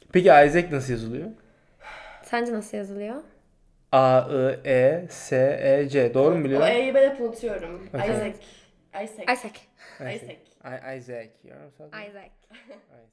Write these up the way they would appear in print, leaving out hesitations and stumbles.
Peki Isaac nasıl yazılıyor? Sence nasıl yazılıyor? A-I-E-S-E-C. Doğru mu Evet, o biliyorum? E'yi ben hep unutuyorum. Okay. Isaac. Isaac. Isaac. Isaac. Isaac. Isaac. You know something? Isaac. Isaac.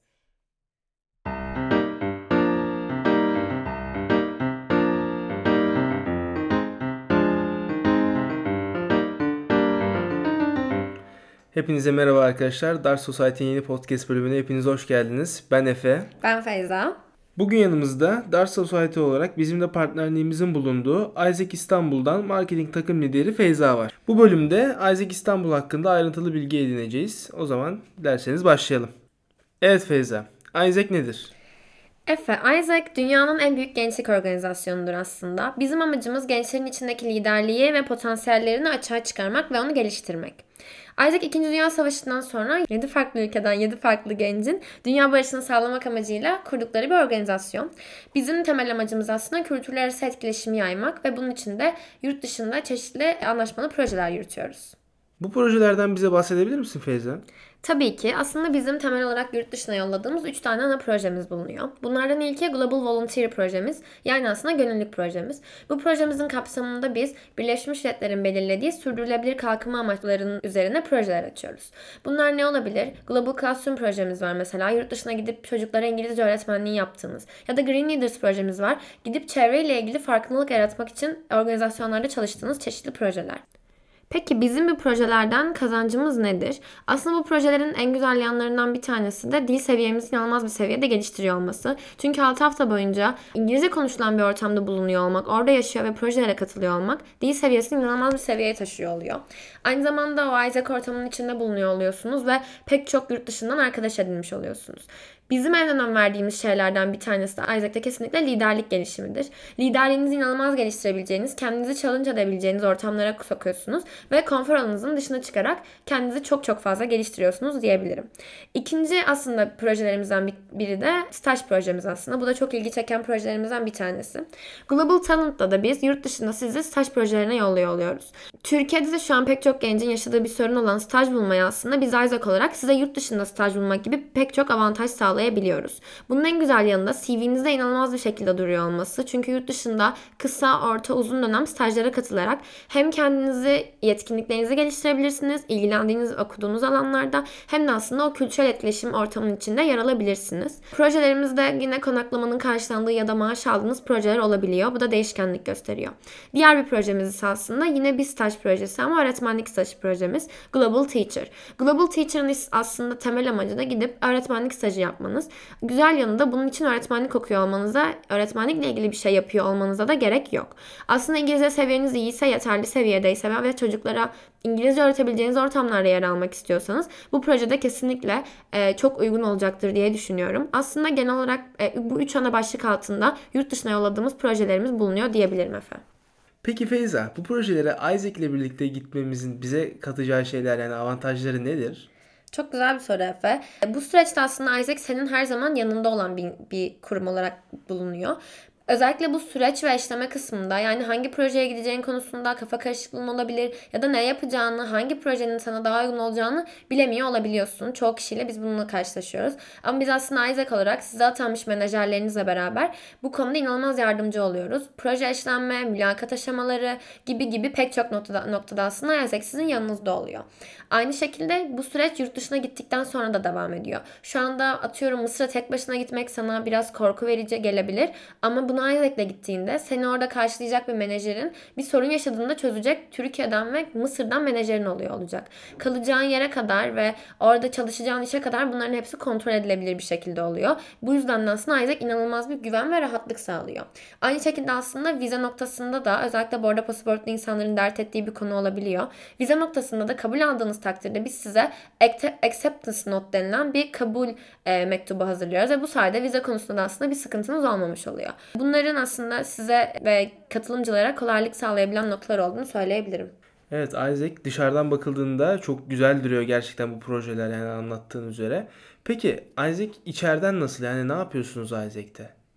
Hepinize merhaba arkadaşlar. Dark Society'nin yeni podcast bölümüne hepiniz hoş geldiniz. Ben Efe. Ben Feyza. Bugün yanımızda Dark Society olarak bizim de partnerliğimizin bulunduğu Isaac İstanbul'dan marketing takım lideri Feyza var. Bu bölümde Isaac İstanbul hakkında ayrıntılı bilgi edineceğiz. O zaman derseniz başlayalım. Evet Feyza, Isaac nedir? Efe, Isaac dünyanın en büyük gençlik organizasyonudur aslında. Bizim amacımız gençlerin içindeki liderliği ve potansiyellerini açığa çıkarmak ve onu geliştirmek. Isaac 2. Dünya Savaşı'ndan sonra 7 farklı ülkeden 7 farklı gencin dünya barışını sağlamak amacıyla kurdukları bir organizasyon. Bizim temel amacımız aslında kültürler arası etkileşimi yaymak ve bunun için de yurt dışında çeşitli anlaşmalı projeler yürütüyoruz. Bu projelerden bize bahsedebilir misin Feyza? Tabii ki. Aslında bizim temel olarak yurt dışına yolladığımız 3 tane ana projemiz bulunuyor. Bunlardan ilki Global Volunteer projemiz. Yani aslında gönüllülük projemiz. Bu projemizin kapsamında biz Birleşmiş Milletler'in belirlediği sürdürülebilir kalkınma amaçlarının üzerine projeler açıyoruz. Bunlar ne olabilir? Global Classroom projemiz var mesela. Yurt dışına gidip çocuklara İngilizce öğretmenliği yaptığınız. Ya da Green Leaders projemiz var. Gidip çevreyle ilgili farkındalık yaratmak için organizasyonlarda çalıştığınız çeşitli projeler. Peki bizim bu projelerden kazancımız nedir? Aslında bu projelerin en güzel yanlarından bir tanesi de dil seviyemizi inanılmaz bir seviyede geliştiriyor olması. Çünkü 6 hafta boyunca İngilizce konuşulan bir ortamda bulunuyor olmak, orada yaşıyor ve projelere katılıyor olmak dil seviyesini inanılmaz bir seviyeye taşıyor oluyor. Aynı zamanda o Isaac ortamının içinde bulunuyor oluyorsunuz ve pek çok yurt dışından arkadaş edinmiş oluyorsunuz. Bizim en önem verdiğimiz şeylerden bir tanesi de Isaac'te kesinlikle liderlik gelişimidir. Liderliğinizi inanılmaz geliştirebileceğiniz, kendinizi challenge edebileceğiniz ortamlara sokuyorsunuz ve konfor alanınızın dışına çıkarak kendinizi çok çok fazla geliştiriyorsunuz diyebilirim. İkinci aslında projelerimizden biri de staj projemiz aslında. Bu da çok ilgi çeken projelerimizden bir tanesi. Global Talent'ta da biz yurt dışında sizi staj projelerine yolluyor oluyoruz. Türkiye'de de şu an pek çok gencin yaşadığı bir sorun olan staj bulmayı aslında biz Isaac olarak size yurt dışında staj bulmak gibi pek çok avantaj sağlayabiliyoruz. Bunun en güzel yanı da CV'nizde inanılmaz bir şekilde duruyor olması. Çünkü yurt dışında kısa, orta, uzun dönem stajlara katılarak hem kendinizi, yetkinliklerinizi geliştirebilirsiniz, ilgilendiğiniz, okuduğunuz alanlarda hem de aslında o kültürel etkileşim ortamının içinde yer alabilirsiniz. Projelerimizde yine konaklamanın karşılandığı ya da maaş aldığınız projeler olabiliyor. Bu da değişkenlik gösteriyor. Diğer bir projemiz ise aslında yine bir staj projesi ama öğretmenlik stajı projemiz Global Teacher. Global Teacher'ın aslında temel amacı da gidip öğretmenlik stajı yapmanız. Güzel yanı da bunun için öğretmenlik okuyor olmanıza, öğretmenlikle ilgili bir şey yapıyor olmanıza da gerek yok. Aslında İngilizce seviyeniz iyiyse, yeterli seviyedeyse ve çocuklara İngilizce öğretebileceğiniz ortamlarda yer almak istiyorsanız bu projede kesinlikle çok uygun olacaktır diye düşünüyorum. Aslında genel olarak bu üç ana başlık altında yurt dışına yolladığımız projelerimiz bulunuyor diyebilirim Efe. Peki Feyza, bu projelere Isaac ile birlikte gitmemizin bize katacağı şeyler yani avantajları nedir? Çok güzel bir soru Efe. Bu süreçte aslında Isaac senin her zaman yanında olan bir kurum olarak bulunuyor. Özellikle bu süreç ve işleme kısmında yani hangi projeye gideceğin konusunda kafa karışıklığın olabilir ya da ne yapacağını, hangi projenin sana daha uygun olacağını bilemiyor olabiliyorsun. Çoğu kişiyle biz bununla karşılaşıyoruz. Ama biz aslında Isaac olarak size atanmış menajerlerinizle beraber bu konuda inanılmaz yardımcı oluyoruz. Proje işlenme, mülakat aşamaları gibi pek çok noktada aslında Isaac sizin yanınızda oluyor. Aynı şekilde bu süreç yurt dışına gittikten sonra da devam ediyor. Şu anda atıyorum Mısır'a tek başına gitmek sana biraz korku verici gelebilir ama buna Isaac'le gittiğinde seni orada karşılayacak bir menajerin bir sorun yaşadığında çözecek Türkiye'den ve Mısır'dan menajerin oluyor olacak. Kalacağın yere kadar ve orada çalışacağın işe kadar bunların hepsi kontrol edilebilir bir şekilde oluyor. Bu yüzden de aslında Isaac inanılmaz bir güven ve rahatlık sağlıyor. Aynı şekilde aslında vize noktasında da özellikle bordo pasaportlu insanların dert ettiği bir konu olabiliyor. Vize noktasında da kabul aldığınız takdirde biz size acceptance note denilen bir kabul mektubu hazırlıyoruz ve bu sayede vize konusunda da aslında bir sıkıntınız olmamış oluyor. Bunların aslında size ve katılımcılara kolaylık sağlayabilen noktalar olduğunu söyleyebilirim. Evet, Isaac dışarıdan bakıldığında çok güzel duruyor gerçekten bu projeler yani anlattığın üzere. Peki Isaac içeriden nasıl yani ne yapıyorsunuz Isaac'te?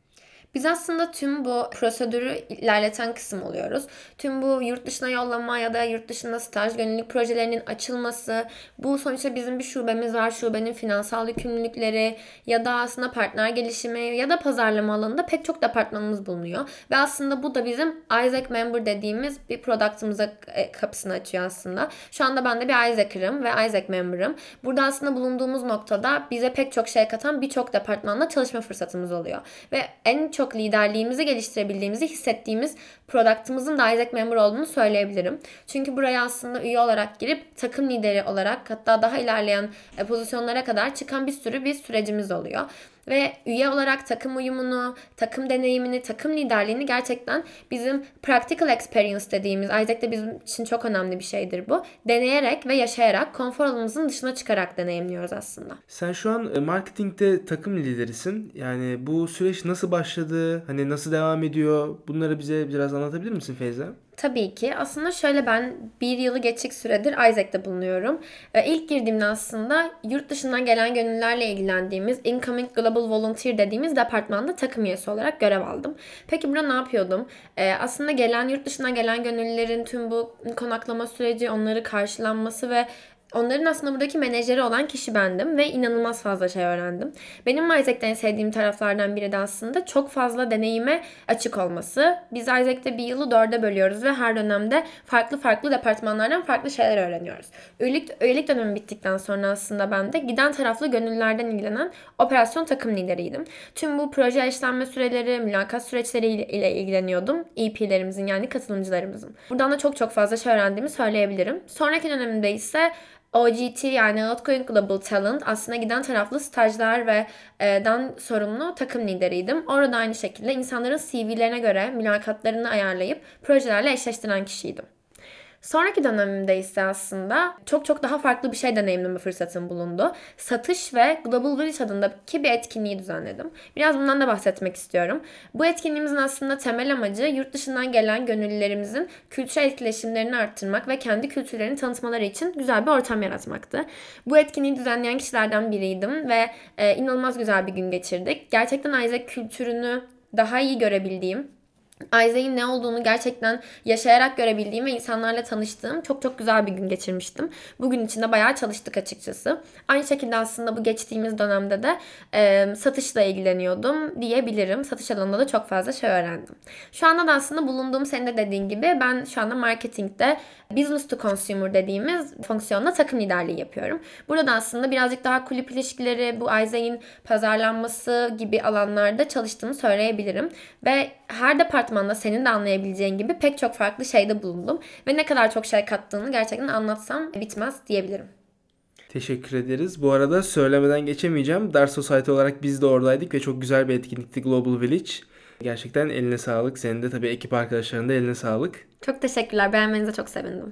Biz aslında tüm bu prosedürü ilerleten kısım oluyoruz. Tüm bu yurt dışına yollama ya da yurt dışında staj, gönüllülük projelerinin açılması, bu sonuçta bizim bir şubemiz var. Şubenin finansal yükümlülükleri ya da aslında partner gelişimi ya da pazarlama alanında pek çok departmanımız bulunuyor. Ve aslında bu da bizim Isaac Member dediğimiz bir product'ımıza kapısını açıyor aslında. Şu anda ben de bir Isaac'ırım ve Isaac Member'ım. Burada aslında bulunduğumuz noktada bize pek çok şey katan birçok departmanla çalışma fırsatımız oluyor. Ve en çok liderliğimizi geliştirebildiğimizi hissettiğimiz product'ımızın da Isaac Member olduğunu söyleyebilirim. Çünkü buraya aslında üye olarak girip takım lideri olarak, hatta daha ilerleyen pozisyonlara kadar çıkan bir sürü bir sürecimiz oluyor. Ve üye olarak takım uyumunu, takım deneyimini, takım liderliğini gerçekten bizim practical experience dediğimiz, Isaac'te bizim için çok önemli bir şeydir bu. Deneyerek ve yaşayarak, konfor alanımızın dışına çıkarak deneyimliyoruz aslında. Sen şu an marketingte takım liderisin. Yani bu süreç nasıl başladı? Hani nasıl devam ediyor? Bunları bize biraz anlatabilir misin Feyza? Tabii ki. Aslında şöyle, ben bir yılı geçik süredir Isaac'te bulunuyorum. İlk girdiğimde aslında yurt dışından gelen gönüllülerle ilgilendiğimiz Incoming Global Volunteer dediğimiz departmanda takım üyesi olarak görev aldım. Peki burada ne yapıyordum? Aslında yurt dışından gelen gönüllülerin tüm bu konaklama süreci, onları karşılanması ve onların aslında buradaki menajeri olan kişi bendim ve inanılmaz fazla şey öğrendim. Benim Isaac'te en sevdiğim taraflardan biri de aslında çok fazla deneyime açık olması. Biz Isaac'te bir yılı 4'e bölüyoruz ve her dönemde farklı departmanlardan farklı şeyler öğreniyoruz. Üyelik dönemi bittikten sonra aslında ben de giden taraflı gönüllülerden ilgilenen operasyon takım lideriydim. Tüm bu proje eşlenme süreleri, mülakat süreçleri ile ilgileniyordum. EP'lerimizin, yani katılımcılarımızın. Buradan da çok fazla şey öğrendiğimi söyleyebilirim. Sonraki dönemimde ise OGT, yani Outgoing Global Talent, aslında giden taraflı stajlar ve dan sorumlu takım lideriydim. Orada aynı şekilde insanların CV'lerine göre mülakatlarını ayarlayıp projelerle eşleştiren kişiydim. Sonraki dönemimde ise aslında çok daha farklı bir şey deneyimleme fırsatım bulundu. Satış ve Global Village adındaki bir etkinliği düzenledim. Biraz bundan da bahsetmek istiyorum. Bu etkinliğimizin aslında temel amacı yurt dışından gelen gönüllülerimizin kültürel etkileşimlerini arttırmak ve kendi kültürlerini tanıtmaları için güzel bir ortam yaratmaktı. Bu etkinliği düzenleyen kişilerden biriydim ve inanılmaz güzel bir gün geçirdik. Gerçekten Isaac kültürünü daha iyi görebildiğim, Isaac'in ne olduğunu gerçekten yaşayarak görebildiğim ve insanlarla tanıştığım çok güzel bir gün geçirmiştim. Bugün içinde bayağı çalıştık açıkçası. Aynı şekilde aslında bu geçtiğimiz dönemde de satışla ilgileniyordum diyebilirim. Satış alanında da çok fazla şey öğrendim. Şu anda da aslında bulunduğum, senin de dediğin gibi, ben şu anda marketingde business to consumer dediğimiz fonksiyonda takım liderliği yapıyorum. Burada aslında birazcık daha kulüp ilişkileri, bu Isaac'in pazarlanması gibi alanlarda çalıştığımı söyleyebilirim. Ve her departmanda senin de anlayabileceğin gibi pek çok farklı şeyde bulundum. Ve ne kadar çok şey kattığını gerçekten anlatsam bitmez diyebilirim. Teşekkür ederiz. Bu arada söylemeden geçemeyeceğim. Dart Society olarak biz de oradaydık ve çok güzel bir etkinlikti Global Village. Gerçekten eline sağlık. Senin de tabii ekip arkadaşlarının da eline sağlık. Çok teşekkürler. Beğenmenize çok sevindim.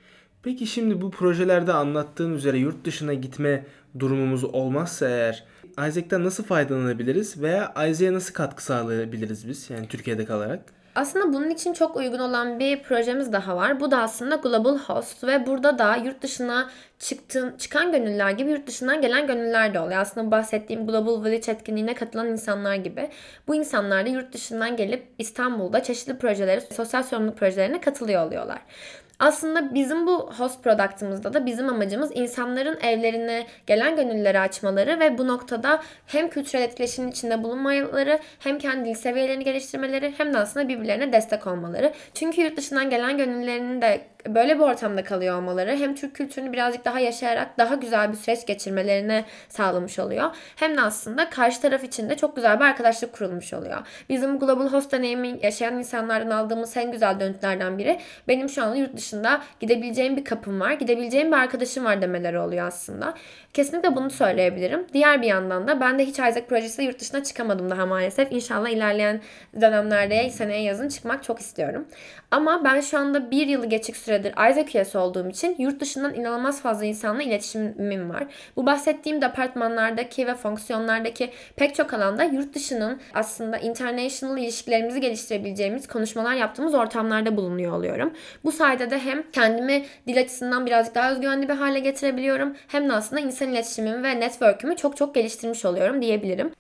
Peki şimdi bu projelerde anlattığın üzere yurt dışına gitme durumumuz olmazsa eğer Isaac'ten nasıl faydalanabiliriz veya Isaac'e nasıl katkı sağlayabiliriz biz, yani Türkiye'de kalarak? Aslında bunun için çok uygun olan bir projemiz daha var. Bu da aslında Global Host ve burada da yurt dışına çıkan gönüllüler gibi yurt dışından gelen gönüllüler de oluyor. Aslında bahsettiğim Global Village etkinliğine katılan insanlar gibi. Bu insanlar da yurt dışından gelip İstanbul'da çeşitli projelere, sosyal sorumluluk projelerine katılıyor oluyorlar. Aslında bizim bu host product'ımızda da bizim amacımız insanların evlerine gelen gönüllüleri açmaları ve bu noktada hem kültürel etkileşimin içinde bulunmaları, hem kendi dil seviyelerini geliştirmeleri, hem de aslında birbirlerine destek olmaları. Çünkü yurt dışından gelen gönüllülerinin de böyle bir ortamda kalıyor olmaları hem Türk kültürünü birazcık daha yaşayarak daha güzel bir süreç geçirmelerine sağlamış oluyor. Hem de aslında karşı taraf için de çok güzel bir arkadaşlık kurulmuş oluyor. Bizim Global Host deneyimi yaşayan insanlardan aldığımız en güzel dönütlerden biri, benim şu anda yurt dışında gidebileceğim bir kapım var, gidebileceğim bir arkadaşım var demeleri oluyor aslında. Kesinlikle bunu söyleyebilirim. Diğer bir yandan da ben de hiç Isaac projesiyle yurt dışına çıkamadım daha maalesef. İnşallah ilerleyen dönemlerde, seneye yazın çıkmak çok istiyorum. Ama ben şu anda bir yılı geçik süredir Isaac üyesi olduğum için yurt dışından inanılmaz fazla insanla iletişimim var. Bu bahsettiğim departmanlardaki ve fonksiyonlardaki pek çok alanda yurt dışının aslında international ilişkilerimizi geliştirebileceğimiz konuşmalar yaptığımız ortamlarda bulunuyor oluyorum. Bu sayede de hem kendimi dil açısından birazcık daha özgüvenli bir hale getirebiliyorum, hem de aslında insan iletişimimi ve network'ümü çok geliştirmiş oluyorum diyebilirim.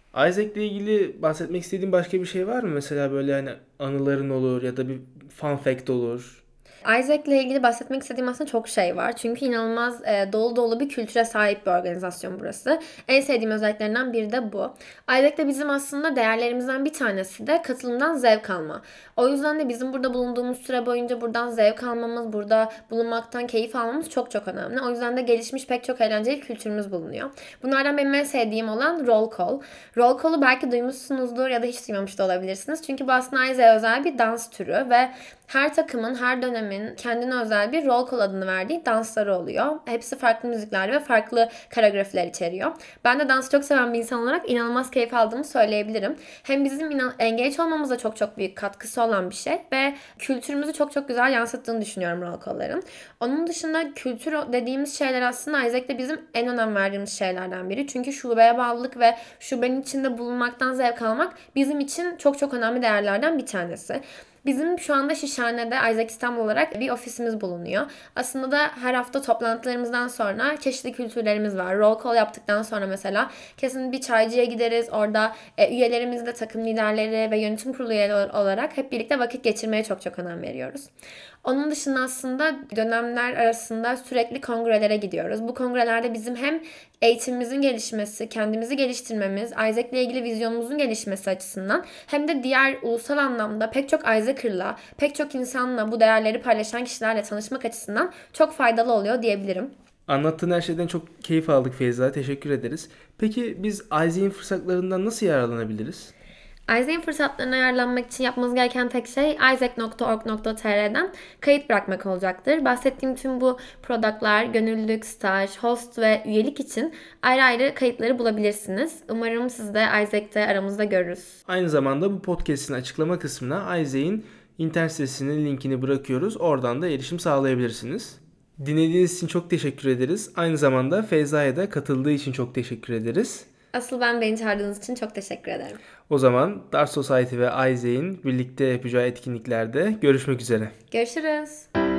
Isaac'le ilgili bahsetmek istediğin başka bir şey var mı? Mesela böyle hani anıların olur ya da bir fun fact olur. Isaac'le ilgili bahsetmek istediğim aslında çok şey var. Çünkü inanılmaz dolu dolu bir kültüre sahip bir organizasyon burası. En sevdiğim özelliklerinden biri de bu. Isaac'te bizim aslında değerlerimizden bir tanesi de katılımdan zevk alma. O yüzden de bizim burada bulunduğumuz süre boyunca buradan zevk almamız, burada bulunmaktan keyif almamız çok çok önemli. O yüzden de gelişmiş pek çok eğlenceli kültürümüz bulunuyor. Bunlardan benim en sevdiğim olan roll call. Roll call'u belki duymuşsunuzdur ya da hiç duymamış da olabilirsiniz. Çünkü bu aslında Isaac'e özel bir dans türü ve her takımın, her dönemin kendine özel bir roll call adını verdiği dansları oluyor. Hepsi farklı müzikler ve farklı koreografiler içeriyor. Ben de dansı çok seven bir insan olarak inanılmaz keyif aldığımı söyleyebilirim. Hem bizim engage olmamıza çok çok büyük katkısı olan bir şey ve kültürümüzü çok çok güzel yansıttığını düşünüyorum roll call'ların. Onun dışında kültür dediğimiz şeyler aslında Isaac'te bizim en önem verdiğimiz şeylerden biri. Çünkü şubeye bağlılık ve şubenin içinde bulunmaktan zevk almak bizim için çok çok önemli değerlerden bir tanesi. Bizim şu anda Şişhane'de Isaac İstanbul olarak bir ofisimiz bulunuyor. Aslında da her hafta toplantılarımızdan sonra çeşitli kültürlerimiz var. Roll call yaptıktan sonra mesela kesin bir çaycıya gideriz. Orada üyelerimizle takım liderleri ve yönetim kurulu üyeleri olarak hep birlikte vakit geçirmeye çok çok önem veriyoruz. Onun dışında aslında dönemler arasında sürekli kongrelere gidiyoruz. Bu kongrelerde bizim hem eğitimimizin gelişmesi, kendimizi geliştirmemiz, Isaac'le ilgili vizyonumuzun gelişmesi açısından hem de diğer ulusal anlamda pek çok Isaacer'la, pek çok insanla bu değerleri paylaşan kişilerle tanışmak açısından çok faydalı oluyor diyebilirim. Anlattığın her şeyden çok keyif aldık Feyza. Teşekkür ederiz. Peki biz Isaac'in fırsatlarından nasıl yararlanabiliriz? Isaac'in fırsatlarına ayarlanmak için yapmanız gereken tek şey isaac.org.tr'den kayıt bırakmak olacaktır. Bahsettiğim tüm bu product'lar, gönüllülük, staj, host ve üyelik için ayrı ayrı kayıtları bulabilirsiniz. Umarım siz de Isaac'te aramızda görürüz. Aynı zamanda bu podcast'in açıklama kısmına Isaac'in internet sitesinin linkini bırakıyoruz. Oradan da erişim sağlayabilirsiniz. Dinlediğiniz için çok teşekkür ederiz. Aynı zamanda Feyza'ya da katıldığı için çok teşekkür ederiz. Asıl beni çağırdığınız için çok teşekkür ederim. O zaman Dart Society ve Isaac'in birlikte yapacağı etkinliklerde görüşmek üzere. Görüşürüz.